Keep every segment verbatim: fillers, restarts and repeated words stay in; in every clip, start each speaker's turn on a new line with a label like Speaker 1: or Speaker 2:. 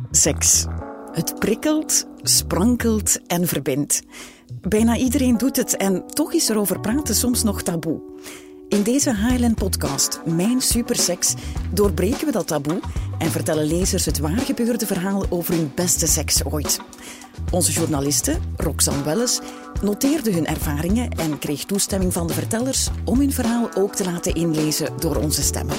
Speaker 1: Seks. Het prikkelt, sprankelt en verbindt. Bijna iedereen doet het en toch is er over praten soms nog taboe. In deze Highland-podcast, Mijn Superseks, doorbreken we dat taboe en vertellen lezers het waargebeurde verhaal over hun beste seks ooit. Onze journaliste, Roxanne Welles, noteerde hun ervaringen en kreeg toestemming van de vertellers om hun verhaal ook te laten inlezen door onze stemmen.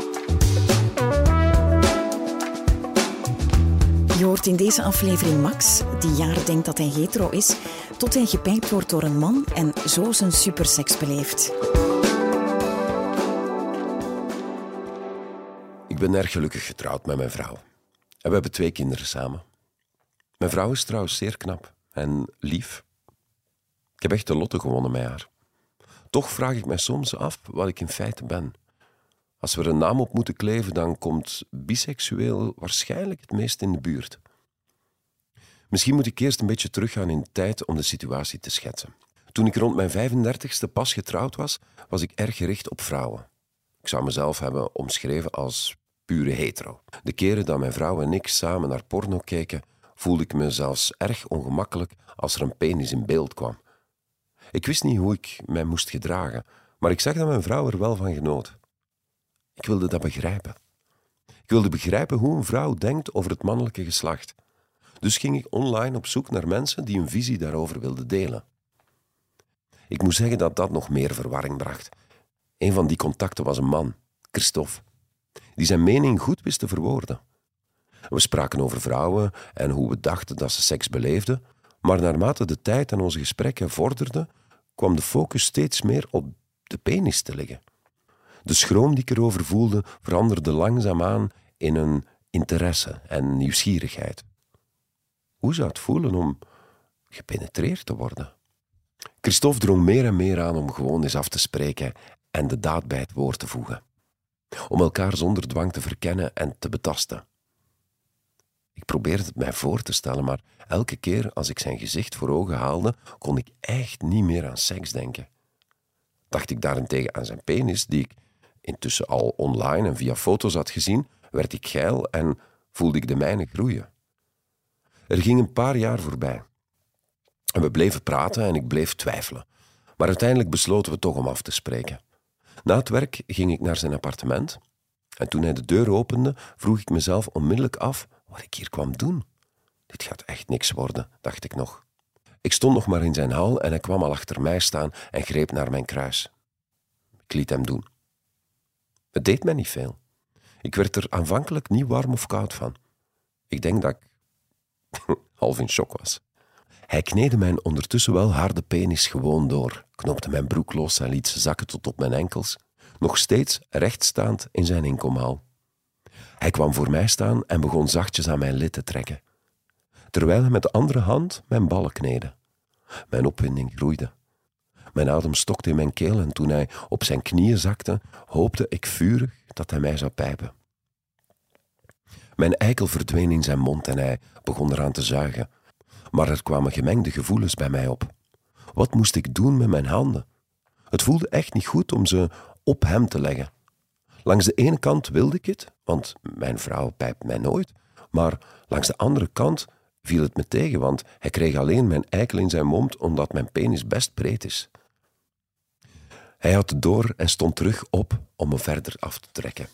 Speaker 1: Je hoort in deze aflevering Max, die jaren denkt dat hij hetero is, tot hij gepijpt wordt door een man en zo zijn superseks beleeft.
Speaker 2: Ik ben erg gelukkig getrouwd met mijn vrouw. En we hebben twee kinderen samen. Mijn vrouw is trouwens zeer knap en lief. Ik heb echt de lotte gewonnen met haar. Toch vraag ik mij soms af wat ik in feite ben. Als we er een naam op moeten kleven, dan komt biseksueel waarschijnlijk het meest in de buurt. Misschien moet ik eerst een beetje teruggaan in de tijd om de situatie te schetsen. Toen ik rond mijn vijfendertigste pas getrouwd was, was ik erg gericht op vrouwen. Ik zou mezelf hebben omschreven als pure hetero. De keren dat mijn vrouw en ik samen naar porno keken, voelde ik me zelfs erg ongemakkelijk als er een penis in beeld kwam. Ik wist niet hoe ik mij moest gedragen, maar ik zag dat mijn vrouw er wel van genoot. Ik wilde dat begrijpen. Ik wilde begrijpen hoe een vrouw denkt over het mannelijke geslacht. Dus ging ik online op zoek naar mensen die een visie daarover wilden delen. Ik moet zeggen dat dat nog meer verwarring bracht. Een van die contacten was een man, Christophe, die zijn mening goed wist te verwoorden. We spraken over vrouwen en hoe we dachten dat ze seks beleefden, maar naarmate de tijd en onze gesprekken vorderden, kwam de focus steeds meer op de penis te liggen. De schroom die ik erover voelde, veranderde langzaamaan in een interesse en nieuwsgierigheid. Hoe zou het voelen om gepenetreerd te worden? Christophe drong meer en meer aan om gewoon eens af te spreken en de daad bij het woord te voegen. Om elkaar zonder dwang te verkennen en te betasten. Ik probeerde het mij voor te stellen, maar elke keer als ik zijn gezicht voor ogen haalde, kon ik echt niet meer aan seks denken. Dacht ik daarentegen aan zijn penis, die ik intussen al online en via foto's had gezien, werd ik geil en voelde ik de mijne groeien. Er ging een paar jaar voorbij. En we bleven praten en ik bleef twijfelen. Maar uiteindelijk besloten we toch om af te spreken. Na het werk ging ik naar zijn appartement. En toen hij de deur opende, vroeg ik mezelf onmiddellijk af wat ik hier kwam doen. Dit gaat echt niks worden, dacht ik nog. Ik stond nog maar in zijn hal en hij kwam al achter mij staan en greep naar mijn kruis. Ik liet hem doen. Het deed mij niet veel. Ik werd er aanvankelijk niet warm of koud van. Ik denk dat ik half in shock was. Hij kneedde mijn ondertussen wel harde penis gewoon door, knoopte mijn broek los en liet ze zakken tot op mijn enkels, nog steeds rechtstaand in zijn inkomhaal. Hij kwam voor mij staan en begon zachtjes aan mijn lid te trekken, terwijl hij met de andere hand mijn ballen kneedde. Mijn opwinding groeide. Mijn adem stokte in mijn keel en toen hij op zijn knieën zakte, hoopte ik vurig dat hij mij zou pijpen. Mijn eikel verdween in zijn mond en hij begon eraan te zuigen. Maar er kwamen gemengde gevoelens bij mij op. Wat moest ik doen met mijn handen? Het voelde echt niet goed om ze op hem te leggen. Langs de ene kant wilde ik het, want mijn vrouw pijpt mij nooit, maar langs de andere kant viel het me tegen, want hij kreeg alleen mijn eikel in zijn mond omdat mijn penis best breed is. Hij had het door en stond terug op om me verder af te trekken.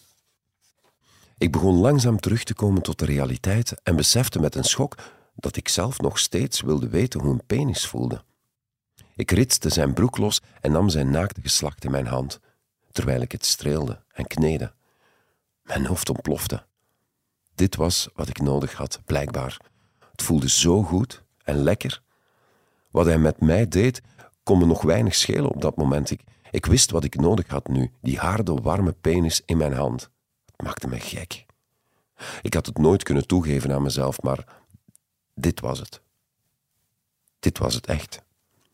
Speaker 2: Ik begon langzaam terug te komen tot de realiteit en besefte met een schok dat ik zelf nog steeds wilde weten hoe een penis voelde. Ik ritste zijn broek los en nam zijn naakte geslacht in mijn hand, terwijl ik het streelde en kneedde. Mijn hoofd ontplofte. Dit was wat ik nodig had, blijkbaar. Het voelde zo goed en lekker. Wat hij met mij deed, kon me nog weinig schelen op dat moment. Ik, ik wist wat ik nodig had nu, die harde, warme penis in mijn hand. Het maakte me gek. Ik had het nooit kunnen toegeven aan mezelf, maar dit was het. Dit was het echt.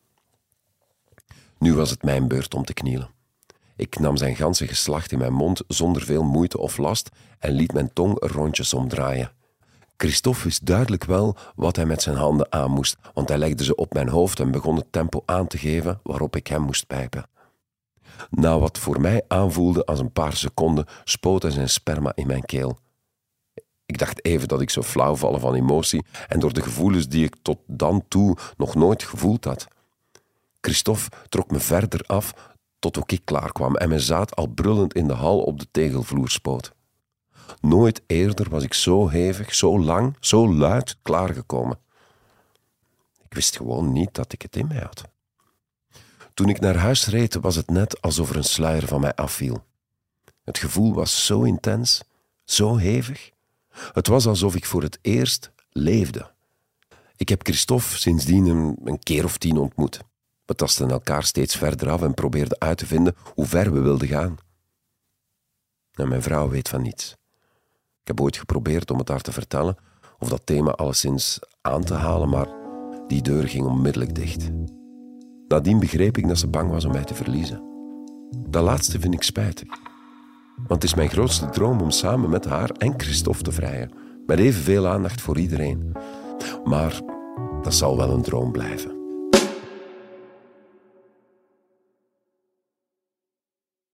Speaker 2: Nu was het mijn beurt om te knielen. Ik nam zijn ganse geslacht in mijn mond zonder veel moeite of last en liet mijn tong er rondjes omdraaien. Christophe wist duidelijk wel wat hij met zijn handen aan moest, want hij legde ze op mijn hoofd en begon het tempo aan te geven waarop ik hem moest pijpen. Na wat voor mij aanvoelde als een paar seconden spoot hij zijn sperma in mijn keel. Ik dacht even dat ik zou flauwvallen van emotie en door de gevoelens die ik tot dan toe nog nooit gevoeld had. Christophe trok me verder af tot ook ik klaar kwam en mijn zaad al brullend in de hal op de tegelvloer spoot. Nooit eerder was ik zo hevig, zo lang, zo luid klaargekomen. Ik wist gewoon niet dat ik het in mij had. Toen ik naar huis reed, was het net alsof er een sluier van mij afviel. Het gevoel was zo intens, zo hevig. Het was alsof ik voor het eerst leefde. Ik heb Christophe sindsdien een, een keer of tien ontmoet. We tasten elkaar steeds verder af en probeerden uit te vinden hoe ver we wilden gaan. En mijn vrouw weet van niets. Ik heb ooit geprobeerd om het haar te vertellen of dat thema alleszins aan te halen, maar die deur ging onmiddellijk dicht. Nadien begreep ik dat ze bang was om mij te verliezen. Dat laatste vind ik spijtig. Want het is mijn grootste droom om samen met haar en Christophe te vrijen. Met evenveel aandacht voor iedereen. Maar dat zal wel een droom blijven.